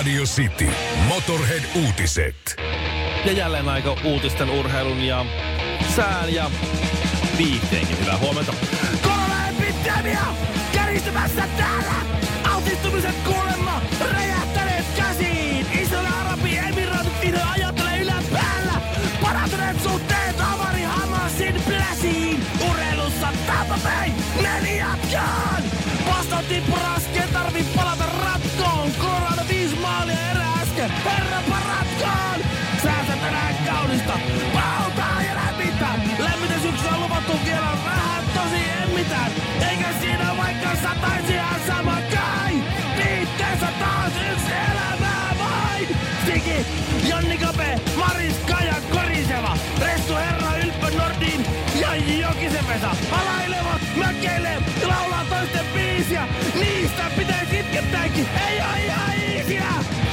Radio City. Motorhead-uutiset. Ja jälleen aika uutisten, urheilun ja sään ja viihteenkin. Hyvää huomenta. Koronaepidemia kärjistymässä täällä. Altistumiset kuulemma räjähtäneet käsiin. Isolla Arabiemiraatit vihdoin ajattelee yläpäällä. Parantuneet suhteet avari Hamasin pläsiin. Urheilussa Tampa Bay meni jatkaan. Boston tippu raskeen, tarvii palata ratkoon. Colorado 5 maalia erä äsken. Herrapa ratkoon. Säästä tänään kaunista. Pautaa ja lämmitään. Lämmitys yksi on luvattu vielä vähän tosi emmitään. Eikä siinä vaikka sataisi ihan sama kai. Liitteessä taas yksi elämää vain. Siki, Jonni Kape, Maris Kaja Koriseva. Ressu Herra Ylppö Nordin ja Jokisen Vesa. Halailevat, mökkeilee, laulaa toisten biisiä. Niistä pitäisi itkettääkin. Ei oo ihan iisiä.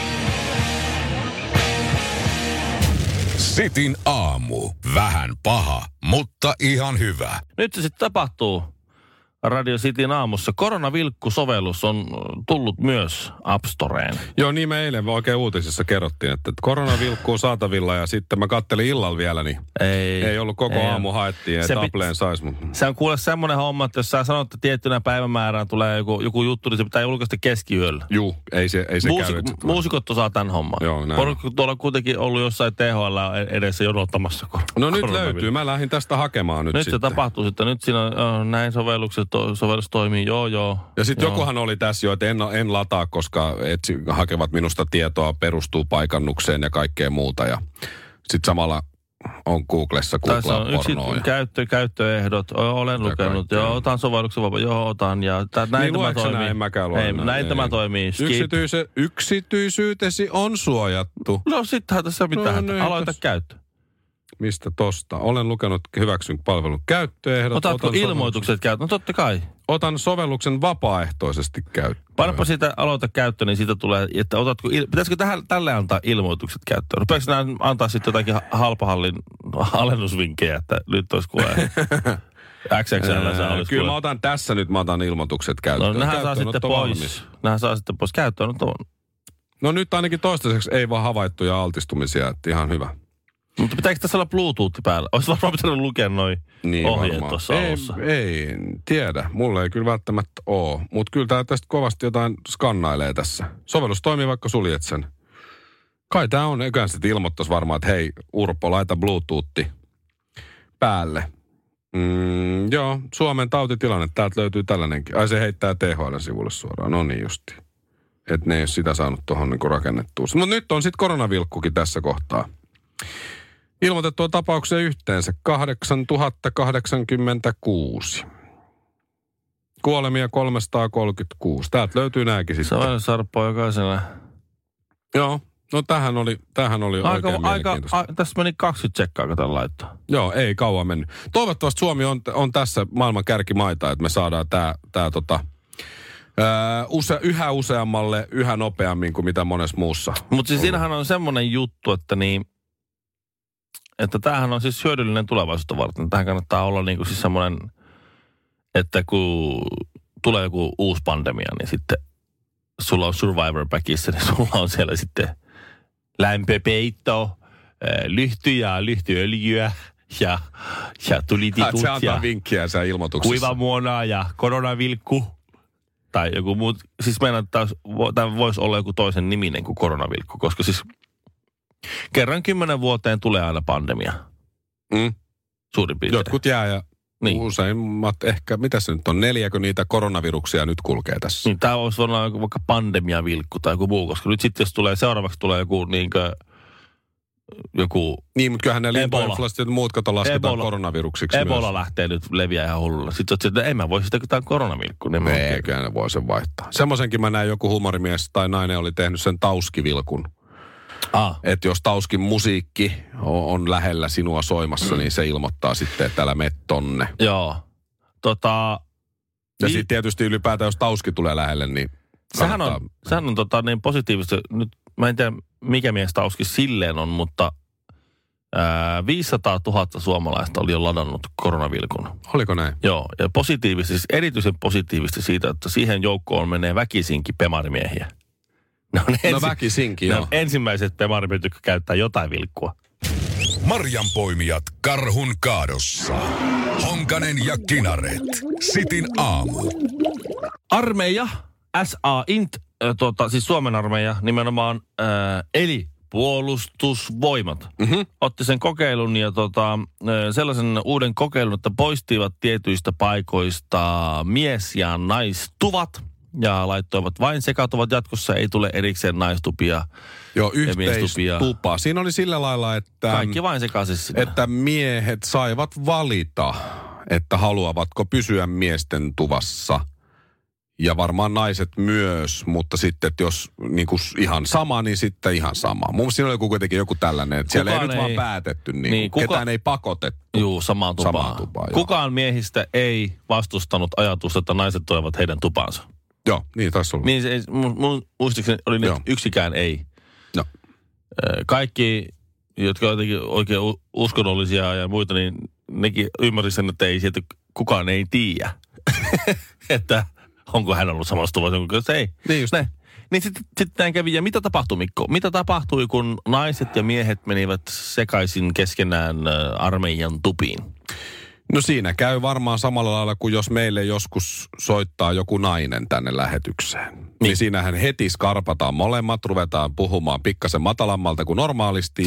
Sitin aamu. Vähän paha, mutta ihan hyvä. Nyt se sitten tapahtuu Radio Cityn aamussa. Koronavilkku-sovellus on tullut myös App Storeen. Joo, niin me eilen oikein uutisissa kerrottiin, että koronavilkku on saatavilla ja sitten mä kattelin illalla vielä, niin ei ollut koko aamu haettiin, että Appleen saisi. Se on kuule semmoinen homma, että jos sä sanot, että tiettynä päivämäärään tulee joku juttu, niin se pitää julkaista keskiyöllä. Juu, ei se käy. Muusikot osaa tämän homman. Joo, näin. Tuolla on kuitenkin ollut jossain THL edessä jonottamassa. No nyt löytyy, mä lähdin tästä hakemaan nyt sitten. Nyt se tapahtuu sitten, nyt siinä on näin sovellus toimii, joo. Ja sitten jokuhan oli tässä jo, että en lataa, koska hakevat minusta tietoa, perustuu paikannukseen ja kaikkea muuta. Ja sitten samalla on Googlessa googlaa pornoa. Käyttöehdot, olen lukenut. Joo, otan sovelluksen otan. Ja näin niin tämä toimii. En mäkään lue. Näin tämä toimii. Yksityisyytesi on suojattu. No sittenhän tässä mitään. Aloita käyttö. Mistä tosta? Olen lukenut, hyväksyn palvelun käyttöehdot. Otatko ilmoitukset käyttöön? No totta kai. Otan sovelluksen vapaaehtoisesti käyttöön. Panapa siitä aloita käyttöön, niin siitä tulee, että pitäisikö tälle antaa ilmoitukset käyttöön? Rupeeko nämä antaa sitten jotakin halpahallin alennusvinkkejä, että nyt olisi kuule XXL. Kyllä mä otan tässä nyt, ilmoitukset käyttöön. No nehän saa sitten pois. Käyttöön. No nyt ainakin toistaiseksi ei vaan havaittuja altistumisia, että ihan hyvä. Mutta pitääkö tässä olla Bluetooth päällä? Olisi varmaan pitänyt lukea noi ohjeet tuossa alussa. Ei tiedä. Mulla ei kyllä välttämättä ole. Mutta kyllä tää tästä kovasti jotain skannailee tässä. Sovellus toimii, vaikka suljet sen. Kai tää on, eiköhän sitten ilmoittaisi varmaan, että hei Urpo, laita Bluetoothi päälle. Joo, Suomen tautitilanne. Täältä löytyy tällainenkin. Ai se heittää THL-sivulle suoraan. No niin justiin. Että ne ei ole sitä saanut tuohon niinku rakennettua. Mutta nyt on sitten koronavilkkukin tässä kohtaa. Ilmoitettua tapauksia yhteensä 8086. Kuolemia 336. Täältä löytyy nääkin sitten. Se on sarppaa jokaisella. Joo, no tämähän oli oikein mielenkiintoista. Tässä meni 20 tsekkaa, kun tämän laittaa. Joo, ei kauan mennyt. Toivottavasti Suomi on tässä maailman kärkimaita, että me saadaan yhä useammalle, yhä nopeammin kuin mitä monessa muussa. Mutta siis siinähän on semmoinen juttu, että tämähän on siis hyödyllinen tulevaisuutta varten. Tähän kannattaa olla niin kuin siis semmoinen, että kun tulee joku uusi pandemia, niin sitten sulla on Survivor Packissa, niin sulla on siellä sitten lämpöpeitto, lyhtyöljyä ja tulititut se antaa vinkkiä sen ilmoituksessa. Kuivamuonaa ja koronavilkku tai joku muut. Siis meidän tämä voisi olla joku toisen niminen kuin koronavilkku, koska siis kerran 10 vuoteen tulee aina pandemia. Suurin piirtein. Jotkut jää ja useimmat ehkä, mitä se nyt on, 4 niitä koronaviruksia nyt kulkee tässä. Niin, tämä voisi olla vaikka pandemiavilkku tai joku muu, koska nyt sitten jos seuraavaksi tulee joku Niin, mutta kyllähän ne lintuinfluenssit ja muut lasketaan koronaviruksiksi Ebola myös. lähtee nyt leviää ihan hullulla. Sitten että en mä voi sitä, kun tämä on koronavilkku. Niin kyllä ne voi sen vaihtaa. Semmoisenkin mä näin, joku huumorimies tai nainen oli tehnyt sen tauskivilkun. Että jos tauskin musiikki on lähellä sinua soimassa, niin se ilmoittaa sitten, että älä mene tonne. Joo. Ja sitten tietysti ylipäätään, jos tauski tulee lähelle, niin sehän on niin positiivista. Nyt mä en tiedä, mikä mies tauski silleen on, mutta 500 000 suomalaista oli jo ladannut koronavilkun. Oliko näin? Joo, ja erityisen positiivista siitä, että siihen joukkoon menee väkisinkin pemarimiehiä. No väkisinkin, ne joo. on ensimmäiset pemarimet, jotka käyttää jotain vilkkua. Marjanpoimijat karhun kaadossa. Honkanen ja Kinaret. Sitin aamu. Armeija, SA-int, siis Suomen armeija nimenomaan, eli puolustusvoimat. Otti sen kokeilun ja sellaisen uuden kokeilun, että poistivat tietyistä paikoista mies- ja naistuvat ja laittoivat vain sekautuvat jatkossa. Ei tule erikseen naistupia. Joo, yhteistupa. Siinä oli sillä lailla, että... Kaikki vain sekaisin sinne. Että miehet saivat valita, että haluavatko pysyä miesten tuvassa. Ja varmaan naiset myös, mutta sitten että jos niin kuin ihan sama, niin sitten ihan sama. Mun mielestä siinä oli kuitenkin joku tällainen, että siellä ei nyt vaan päätetty, ketään ei pakotettu. Juu, samaan tupaan. Kukaan miehistä ei vastustanut ajatusta, että naiset toivat heidän tupansa. Joo, niin taisi olla. Niin mun muistaakseni oli niin, että yksikään ei. No. Kaikki, jotka jotenkin oikein uskonnollisia ja muita, niin nekin ymmärsivät sen, että ei sieltä kukaan ei tiedä. Että onko hän ollut samassa tuvassa, kun ei. Niin just. Niin sitten kävi. Ja mitä tapahtui, Mikko? Mitä tapahtui, kun naiset ja miehet menivät sekaisin keskenään armeijan tupiin? No siinä käy varmaan samalla lailla kuin jos meille joskus soittaa joku nainen tänne lähetykseen. Niin siinähän heti skarpataan molemmat, ruvetaan puhumaan pikkasen matalammalta kuin normaalisti.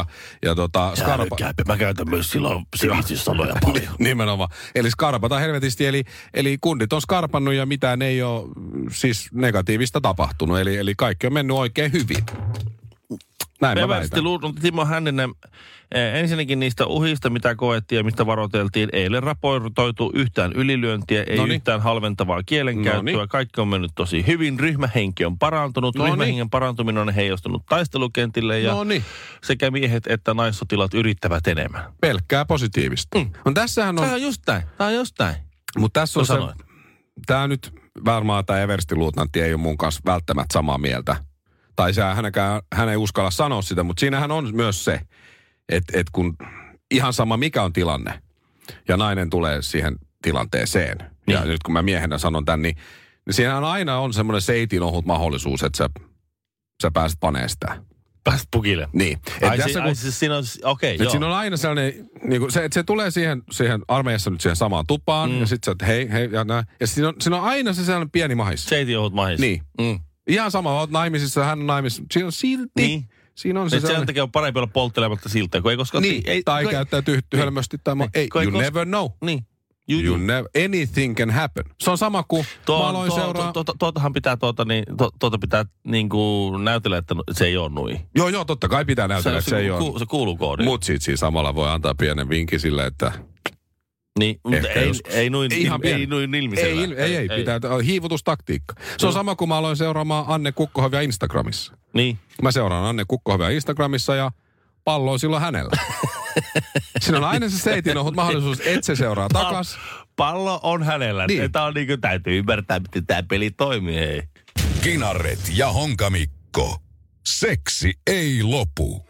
Mä käytän myös silloin sivistyssanoja paljon. Nimenomaan. Eli skarpataan helvetisti, eli kundit on skarpannut ja mitään ei ole siis negatiivista tapahtunut. Eli kaikki on mennyt oikein hyvin. Näin mä väitän. Timo Hänninen, ensinnäkin niistä uhista, mitä koettiin ja mistä varoiteltiin, ei ole raportoitu yhtään ylilyöntiä, ei yhtään halventavaa kielenkäyttöä. Kaikki on mennyt tosi hyvin. Ryhmähenki on parantunut. Ryhmähengen parantuminen on heijastunut taistelukentille ja sekä miehet että naissotilaat yrittävät enemmän. Pelkkää positiivista. Tässähän on... Tämä on just näin. Mutta tässä on tämä nyt varmaan tämä everstiluutnantti ei ole mun kanssa välttämättä samaa mieltä. Tai hän ei uskalla sanoa sitä, mutta siinähän on myös se, että kun ihan sama mikä on tilanne ja nainen tulee siihen tilanteeseen. Niin. Ja nyt kun mä miehenä sanon tämän, niin siinähän aina on semmoinen seitin ohut mahdollisuus, että sä pääset paneen sitä. Pääset pukille. Niin. Siinä on, joo. Siinä on aina sellainen, niin kuin se tulee siihen armeijassa nyt siihen samaan tupaan ja sitten sä oot hei ja näin. Ja siinä on aina se sellainen pieni mahis. Seitin ohut mahis. Niin. Ihan sama, oot naimisissa, hän on naimisissa. Siinä on silti. Niin. Siinä on se sen takia on parempi olla polttelematta siltä, kun ei koskaan... Niin, tai käyttäytyy hölmösti tai you never know. Niin. Anything can happen. Se on sama kuin mä aloin seuraa... Tuotahan pitää pitää niinku näytellä, että se ei ole nui. Joo, totta kai pitää näytellä, että se ei ole. Se kuuluu koodiin. Mut siitä siinä samalla voi antaa pienen vinkin sille, että... Niin, mutta ei noin ilmisellä. Ei, pitää hiivutustaktiikka. Se on sama kuin mä aloin seuraamaan Anne Kukkohovia Instagramissa. Niin. Mä seuraan Anne Kukkohovia Instagramissa ja pallo on silloin hänellä. Siinä on aina se seitin ohut mahdollisuus, että se seuraa takas. Pallo on hänellä. Niin. Tämä on niinku, täytyy ymmärtää, miten tämä peli toimii. Hei. Kinaret ja Honkamikko. Seksi ei lopu.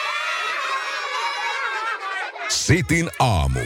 Sitin aamu.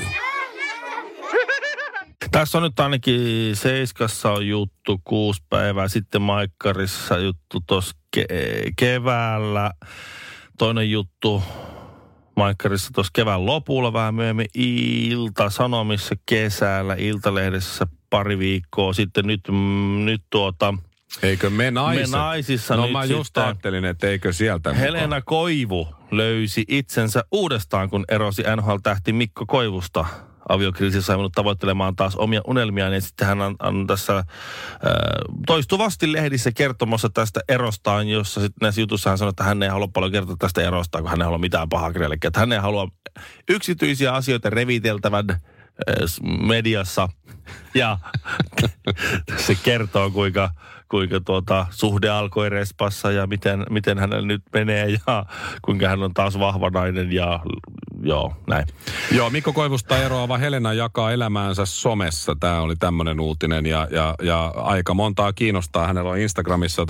Tässä on nyt ainakin Seiskassa on juttu 6 päivää sitten, Maikkarissa juttu tuossa keväällä. Toinen juttu Maikkarissa tuossa kevään lopulla, vähän myöhemmin Ilta-Sanomissa kesällä, Iltalehdessä pari viikkoa sitten. Nyt eikö me naisissa no nyt mä just ajattelin, että eikö sieltä Helena mukaan. Koivu löysi itsensä uudestaan, kun erosi NHL-tähti Mikko Koivusta. Aviokriisissä sai minut tavoittelemaan taas omia unelmiaan, ja sitten hän on tässä toistuvasti lehdissä kertomassa tästä erostaan, jossa sitten näissä jutuissa hän sanoi, että hän ei halua paljon kertoa tästä erostaan, kun hän ei halua mitään pahaa kenellekään. Että hän ei halua yksityisiä asioita reviteltävän mediassa, ja se kertoo, kuinka suhde alkoi respassa ja miten hänellä nyt menee ja kuinka hän on taas vahva nainen ja joo, näin. Joo, Mikko Koivusta eroava Helena jakaa elämäänsä somessa. Tämä oli tämmöinen uutinen ja aika montaa kiinnostaa. Hänellä on Instagramissa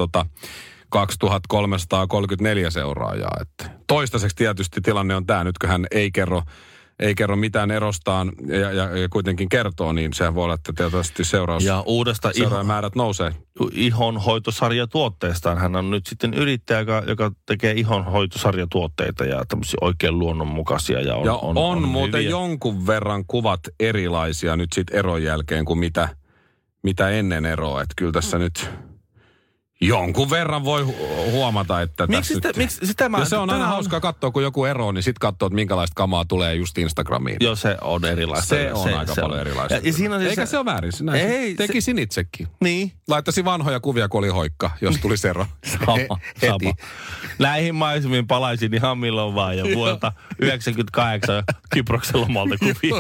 2334 seuraajaa. Että toistaiseksi tietysti tilanne on tämä, nyt kun hän ei kerro ei kerro mitään erostaan ja kuitenkin kertoo, niin sehän voi olla, että tietysti seuraajamäärät nousee. Ihonhoitosarjatuotteistaan. Hän on nyt sitten yrittäjä, joka tekee ihonhoitosarjatuotteita ja tämmöisiä oikein luonnonmukaisia. Ja on muuten hyviä. Jonkun verran kuvat erilaisia nyt sitten eron jälkeen kuin mitä ennen eroa. Että kyllä tässä nyt jonkun verran voi huomata, että miksi sitä mä... Ja se on aina hauskaa katsoa, kun joku ero, niin sitten katsoo, että minkälaista kamaa tulee just Instagramiin. Joo, se on erilaista. Se on aika paljon erilaista. Ja siinä on siis eikä se ole väärin. Tekisin itsekin. Niin. Laittaisin vanhoja kuvia, kun oli hoikka, jos tulisi ero. Sama. Näihin maisemiin palaisin ihan milloin vaan jo vuodelta 98 Kyproksen lomalta kuvia.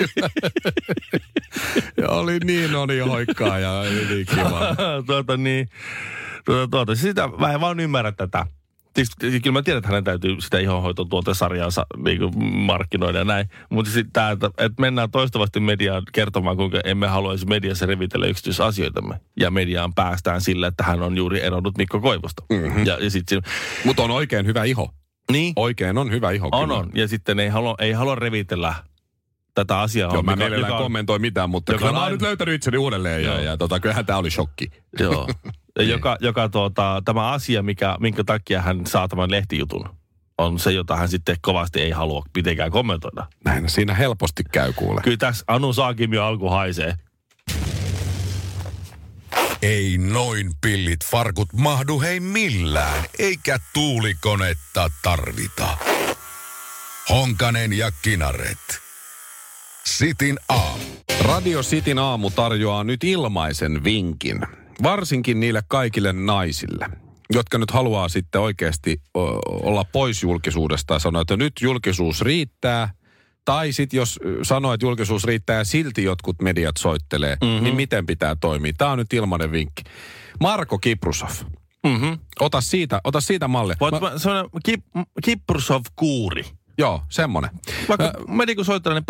Ja oli niin hoikkaa ja niin kiva. Sitä mä en vaan ymmärrä tätä. Kyllä mä tiedän, että hänen täytyy sitä ihonhoitotuotesarjaansa niin markkinoida ja näin. Mutta sitten että mennään toistuvasti mediaan kertomaan, kuinka emme haluaisi mediassa revitellä yksityisasioitamme. Ja mediaan päästään sillä, että hän on juuri eronnut Mikko Koivusta. Mm-hmm. Mutta on oikein hyvä iho. Niin. Oikein on hyvä iho. On. Ja sitten ei halua revitellä tätä asiaa. Joo, mä mielellään kommentoi mitään, mutta kyllä mä oon nyt löytänyt itseni uudelleen ja kyllähän tää oli shokki. Joo. Tämä asia, minkä takia hän saa tämän lehtijutun, on se, jota hän sitten kovasti ei halua mitenkään kommentoida. Näin siinä helposti käy kuule. Kyllä tässä Anu Saakim jo alku haisee. Ei noin pillit farkut mahdu hei millään, eikä tuulikonetta tarvita. Honkanen ja Kinaret. Sitin aamu. Radio Cityn aamu tarjoaa nyt ilmaisen vinkin. Varsinkin niille kaikille naisille, jotka nyt haluaa sitten oikeasti olla pois julkisuudesta ja sanoa, että nyt julkisuus riittää. Tai sitten jos sanoo, että julkisuus riittää ja silti jotkut mediat soittelee, niin miten pitää toimia? Tämä on nyt ilmainen vinkki. Marko Kiprusov. Ota siitä malli. Se on Kiprusov-kuuri. Joo, semmoinen. Vaikka mediku soittelee, niin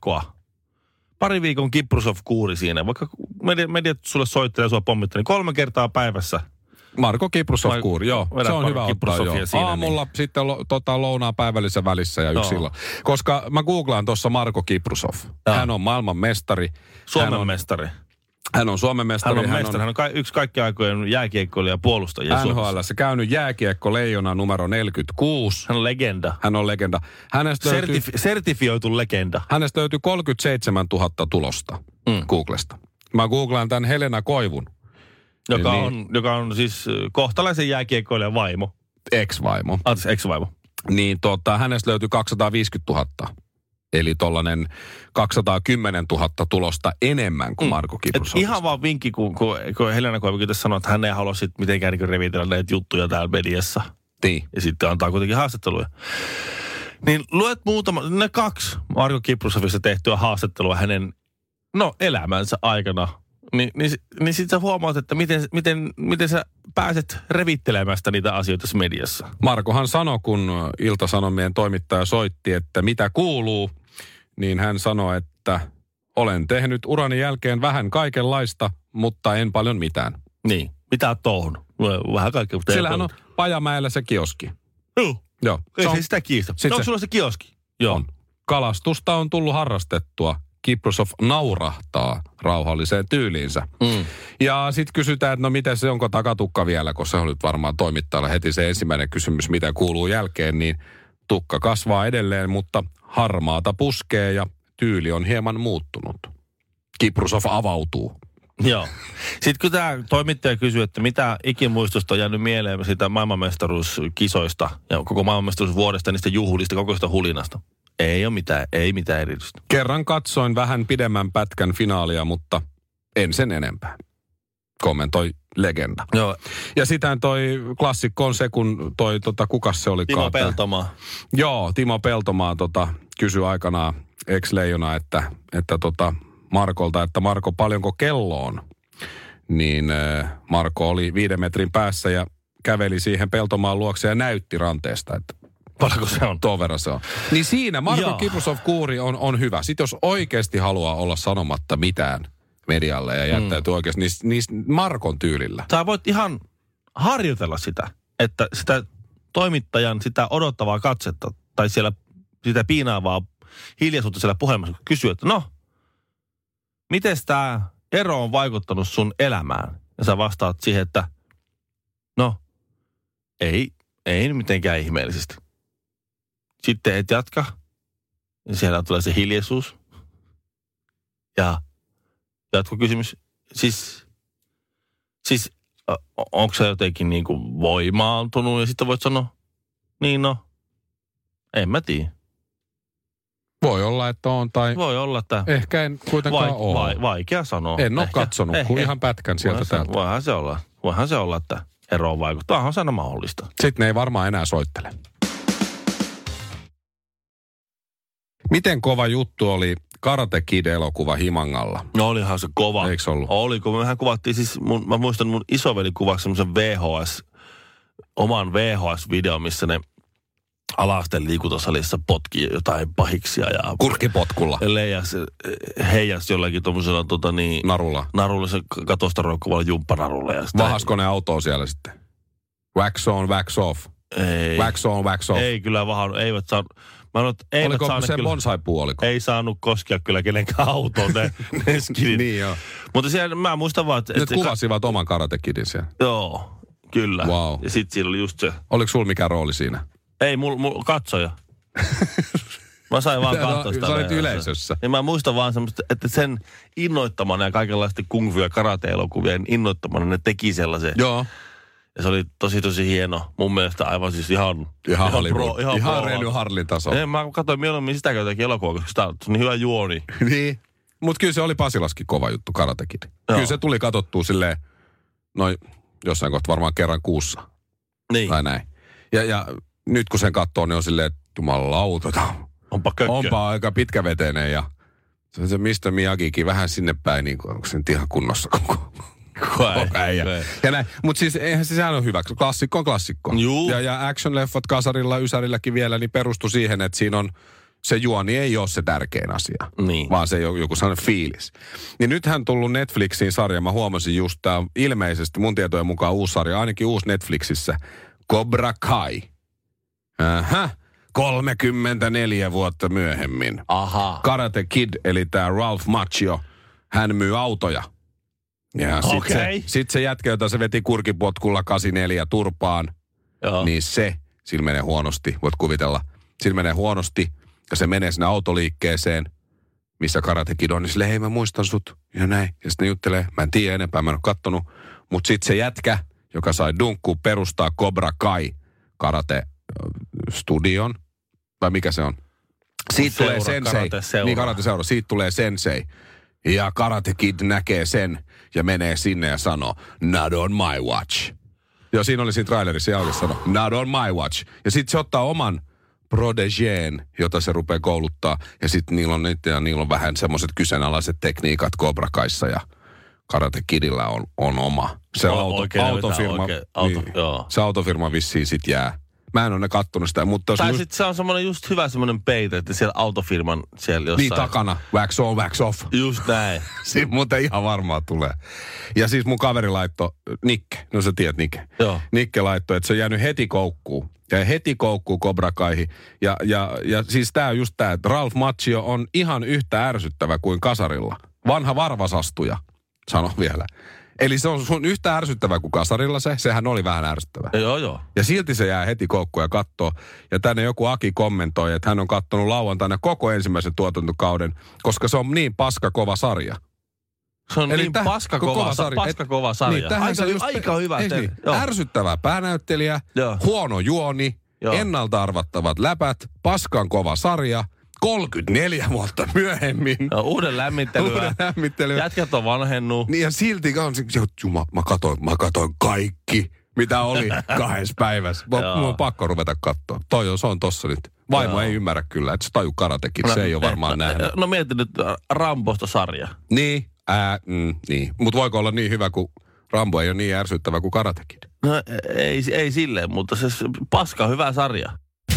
pari viikon Kiprusov-kuuri siinä. Vaikka mediat sulle soittelee ja sua pommittaa, niin 3 kertaa päivässä. Marko Kiprusov-kuuri, joo. Se on hyvä ottaa, joo. Siinä, aamulla niin. Sitten lounaa päivällisen välissä ja yksi silloin. Koska mä googlaan tuossa Marko Kiprusov. Hän on maailman mestari. Suomen mestari. Hän on Suomen mestari. Hän on yksi kaikkien aikojen jääkiekkoilija ja puolustaja Suomessa. NHL:ssä käynyt jääkiekko-leijona numero 46. Hän on legenda. Sertifioitu legenda. Hänestä löytyy 37 000 tulosta Googlesta. Mä googlaan tämän Helena Koivun. Joka on siis kohtalaisen jääkiekkoilijan vaimo. Ex-vaimo. Ex-vaimo. Niin hänestä löytyy 250 000. Eli tollainen 210 000 tulosta enemmän kuin Marko Kiprusov. Ihan vaan vinkki, kun Helena Koivu tässä sanoo, että hän ei halua sitten mitenkään niin revitellä näitä juttuja täällä mediassa. Niin. Ja sitten antaa kuitenkin haastatteluja. Niin luet ne 2 Marko Kiprusovissa tehtyä haastattelua hänen, elämänsä aikana. Niin sitten sä huomaat, että miten sä pääset revittelemästä niitä asioita mediassa. Markohan sanoi, kun Ilta-Sanomien toimittaja soitti, että mitä kuuluu, niin hän sanoi, että olen tehnyt urani jälkeen vähän kaikenlaista, mutta en paljon mitään. Niin, mitä touhun? Vähän kaikkea. Sillähän on Pajamäellä se kioski. Joo. Ei se sitä kiistä. Onko sulla se kioski? Joo. On. Kalastusta on tullut harrastettua. Kiprusov naurahtaa rauhalliseen tyyliinsä. Ja sitten kysytään, että miten se, onko takatukka vielä, koska se on nyt varmaan toimittajalla heti se ensimmäinen kysymys, mitä kuuluu jälkeen, niin tukka kasvaa edelleen, mutta harmaata puskee ja tyyli on hieman muuttunut. Kiprusov avautuu. Joo. Sitten kun tämä toimittaja kysyy, että mitä ikimuistosta on jäänyt mieleen siitä maailmanmestaruuskisoista ja koko maailmanmestaruusvuodesta, niistä juhlista, koko sitä hulinasta. Ei mitään erityistä. Kerran katsoin vähän pidemmän pätkän finaalia, mutta en sen enempää. Kommentoi legenda. Joo. Ja sitähän toi klassikko on se, kun kukas se oli? Timo Peltomaa. Joo, Timo Peltomaa kysyi aikanaan ex-leijona, että Markolta, että Marko, paljonko kello on? Niin Marko oli 5 metrin päässä ja käveli siihen Peltomaan luokse ja näytti ranteesta, että paljonko se on? Tuon verran se on. Niin siinä Marko Kiprusov-kuuri on hyvä. Sitten jos oikeasti haluaa olla sanomatta mitään medialle ja jättäytyy oikeasti, niin Markon tyylillä. Sä voit ihan harjoitella sitä, että sitä toimittajan, sitä odottavaa katsetta tai siellä sitä piinaavaa hiljaisuutta siellä puhelimessa, kun kysyy, että no, miten tämä ero on vaikuttanut sun elämään? Ja sä vastaat siihen, että no, ei mitenkään ihmeellisesti. Sitten et jatka. Ja siellä tulee se hiljaisuus. Ja jatkokysymys. Siis onko se jotenkin niin kuin voimaantunut? Ja sitten voit sanoa, niin no, en mä tiedä. Voi olla, että on tai... Voi olla, että... Ehkä en kuitenkaan ole. Vaikea sanoa. En ole katsonut, kun ihan pätkän sieltä täältä. Voihan se olla, että eroon vaikuttaa. Onhan se aina mahdollista. Sitten ne ei varmaan enää soittele. Miten kova juttu oli Karate Kid-elokuva Himangalla? No olihan se kova. Eikö ollut? Oli, kun mehän kuvattiin siis, mä muistan mun isoveli kuvasi semmoisen oman VHS-videon, missä ne ala-asteen liikuntasalissa potki jotain pahiksia ja... Kurkipotkulla. Heijas jollakin tommosella narulla se katosta roikkuvalla jumppanarulla. Vahasko ne autoa siellä sitten? Wax on, wax off. Ei. Wax on, wax off. Ei kyllä vahannut, eivät saanut... Oliko se bonsai-puu, oliko? Ei saanut koskea kyllä kenenkään autoon ne skidit. Niin joo. Mutta siellä mä muistan vaan, että... Ne kuvasivat oman Karate Kidin siellä. Joo, kyllä. Wow. Ja sit siinä oli just se... Oliko sulla mikään rooli siinä? Ei, mulla katsoja. Mä sain vaan katsoa sitä. Sä olit yleisössä. Ja mä muistan vaan semmoista, että sen innoittamana ja kaikenlaisten kung fu- ja karate-elokuvien innoittamana ne teki sellaisen. Joo. Ja se oli tosi hieno. Mun mielestä aivan siis ihan Reilu Harlin taso. Ei, mä katsoin mieluummin sitä jotakin elokuvaa, koska sitä on niin hyvä juoni. Niin. Mutta kyllä se oli Pasilaskin kova juttu, Karate Kid. Kyllä se tuli katsottua silleen, jossain kohtaa varmaan kerran kuussa. Niin. Tai näin. Ja nyt kun sen katsoo, niin on silleen, että jumalauta. Onpa aika pitkäveteinen ja se Mr. Miyagikin vähän sinne päin, niin kuin, onko se nyt ihan kunnossa koko äijä. Ja näin. Mutta siis eihän sehän ole hyvä. Klassikko on klassikko. Juu. Ja action-leffat kasarilla, ysärilläkin vielä, niin perustui siihen, että siinä on se juoni ei ole se tärkein asia, niin. Vaan se joku sellainen fiilis. Niin nythän tullut Netflixiin sarja, mä huomasin just tää ilmeisesti mun tietojen mukaan uusi sarja, ainakin uusi Netflixissä, Cobra Kai. 34 vuotta myöhemmin. Aha. Karate Kid, eli tää Ralph Macchio, hän myy autoja. Ja sit se jätkä, jota se veti kurkipotkulla 84 turpaan, niin sillä menee huonosti, voit kuvitella. Sillä menee huonosti ja se menee sinne autoliikkeeseen, missä Karate Kid on, niin silleen, hei mä muistan sut ja näin. Ja sitten ne juttelee, mä en tiedä enempää, mä en ole kattonut. Mutta sit se jätkä, joka sai dunkkuu perustaa Cobra Kai karate-studion, vai mikä se on? Siitä tulee sensei. Niin, karate-seura. Siitä tulee sensei. Ja Karate Kid näkee sen ja menee sinne ja sanoo, not on my watch. Ja siinä oli siinä trailerissa ja sanoi, not on my watch. Ja sitten se ottaa oman protégeen, jota se rupeaa kouluttaa. Ja sitten niillä on vähän semmoiset kyseenalaiset tekniikat Cobra Kaissa ja Karate Kidillä on oma. Se autofirma. Se autofirma vissiin sit jää. Mä en ole ne kattonut sitä, mutta... Tai sitten se on semmoinen just hyvä semmoinen peite, että siellä autofirman siellä jossain... Niin takana, wax on, wax off. Just näin. Siinä muuten ihan varmaan tulee. Ja siis mun kaveri laittoi, Nikke, no sä tiedät Nikke. Joo. Nikke laittoi, että se on jäänyt heti koukkuun. Ja heti koukkuu Cobra Kaihin. Ja siis tää on just tää, että Ralph Macchio on ihan yhtä ärsyttävä kuin kasarilla. Vanha varvasastuja, sano vielä. Eli se on sun yhtä ärsyttävä kuin kasarilla sehän oli vähän ärsyttävä. Joo. Ja silti se jää heti koukkuun ja kattoo. Ja tänne joku Aki kommentoi, että hän on kattonut lauantaina koko ensimmäisen tuotantokauden, koska se on niin paskakova sarja. Se on niin paskakova sarja. Niin, aika hyvä. Niin, ärsyttävä päänäyttelijä, huono juoni, ennalta-arvattavat läpät, paskan kova sarja. 34 vuotta myöhemmin. Uuden lämmittelyä. Jätkät on vanhennut. Niin ja silti mä katoin kaikki, mitä oli 2 päivässä. Mun on pakko ruveta katsoa. Se on tossa nyt. Vaimo ei ymmärrä kyllä, että se taju karatekin. Se ei ole varmaan nähnyt. No mietin nyt Rambosta sarja. Niin, niin. Mutta voiko olla niin hyvä, kun Rambo ei ole niin ärsyttävä kuin Karate Kid? No ei silleen, mutta se paska hyvä sarja.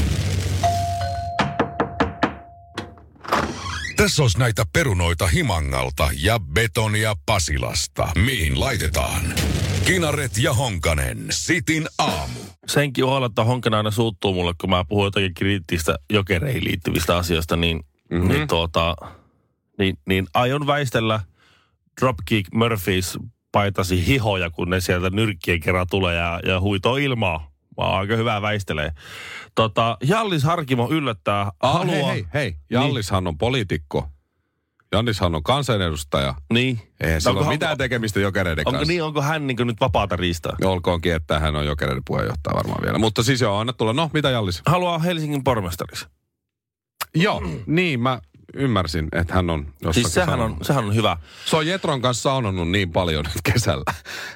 Tässä olisi näitä perunoita Himangalta ja betonia Pasilasta. Mihin laitetaan? Kinaret ja Honkanen, Sitin aamu. Senkin ohella, että Honkanen aina suuttuu mulle, kun mä puhun jotakin kriittistä Jokereihin liittyvistä asioista, niin niin aion väistellä Dropkick Murphys paitasi hihoja, kun ne sieltä nyrkkien kerran tulee ja huitoo ilmaa. Mä oon aika hyvää väistelee. Hjallis Harkimo yllättää. Hei. Jallishan on poliitikko. Jallishan on kansanedustaja. Niin. Eihän sillä ole mitään tekemistä Jokereiden kanssa. Niin, onko hän niin nyt vapaata riistaa? Olkoonkin, että hän on Jokereiden puheenjohtaja varmaan vielä. Mutta siis joo, anna tulla. No, mitä Jallis? Haluaa Helsingin pormestariksi. Joo, niin mä ymmärsin, että hän on jossakin siis sehän on hyvä. Se on Jetron kanssa saunonnut niin paljon nyt kesällä.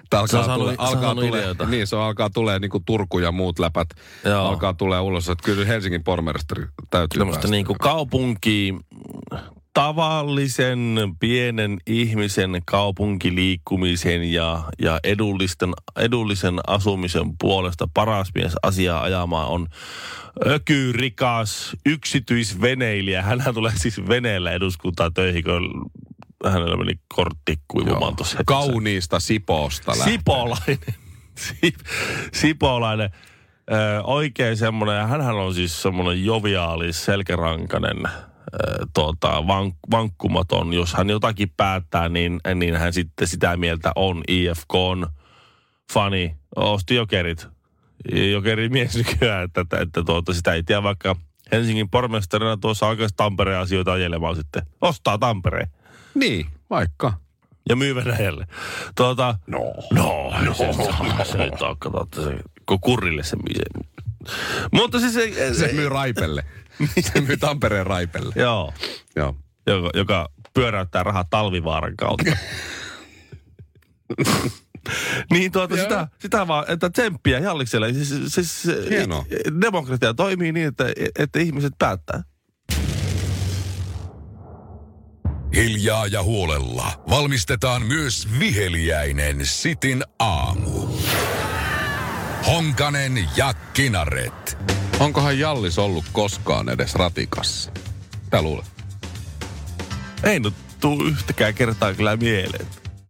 Se alkaa tulee niin kuin Turku ja muut läpät. Joo. Alkaa tulee ulos, että kyllä Helsingin pormestari täytyy päästä. Niin kuin kaupunki, tavallisen pienen ihmisen kaupunkiliikkumisen ja edullisen asumisen puolesta paras mies asiaa ajamaan on ökyrikas yksityisveneilijä. Hänhän tulee siis veneellä eduskuntaan töihin, kun hänellä meni kortti kuivumaan tuossa. Kauniista Sipoosta lähtee. Sipolainen. Oikein semmoinen, ja hänhän on siis semmoinen joviaali, selkärankainen, vankkumaton. Jos hän jotakin päättää, niin hän sitten sitä mieltä on IFK:n fani. Osti Jokerit. Jokerimies nykyään, että sitä ei tiedä, vaikka Helsingin pormestarina tuossa alkaisi Tampereen asioita ajelemaan sitten. Ostaa Tampereen. Niin, vaikka. Ja myy Venäjälle. Se ei taakka, kun Kurrille se myy. Mutta siis se myy Raipelle. Se myy Tampereen Raipelle. Joo. Joka pyöräyttää rahaa Talvivaaran kautta. Niin sitä vaan, että tsemppiä Jallikselle. Siis hienoa. Demokratia toimii niin, että ihmiset päättää. Hiljaa ja huolella valmistetaan myös viheliäinen Sitin aamu. Honkanen ja Kinaret. Onkohan Jallis ollut koskaan edes ratikassa? Mitä luulet? Ei nyt tuu yhtäkään kertaa kyllä mieleen.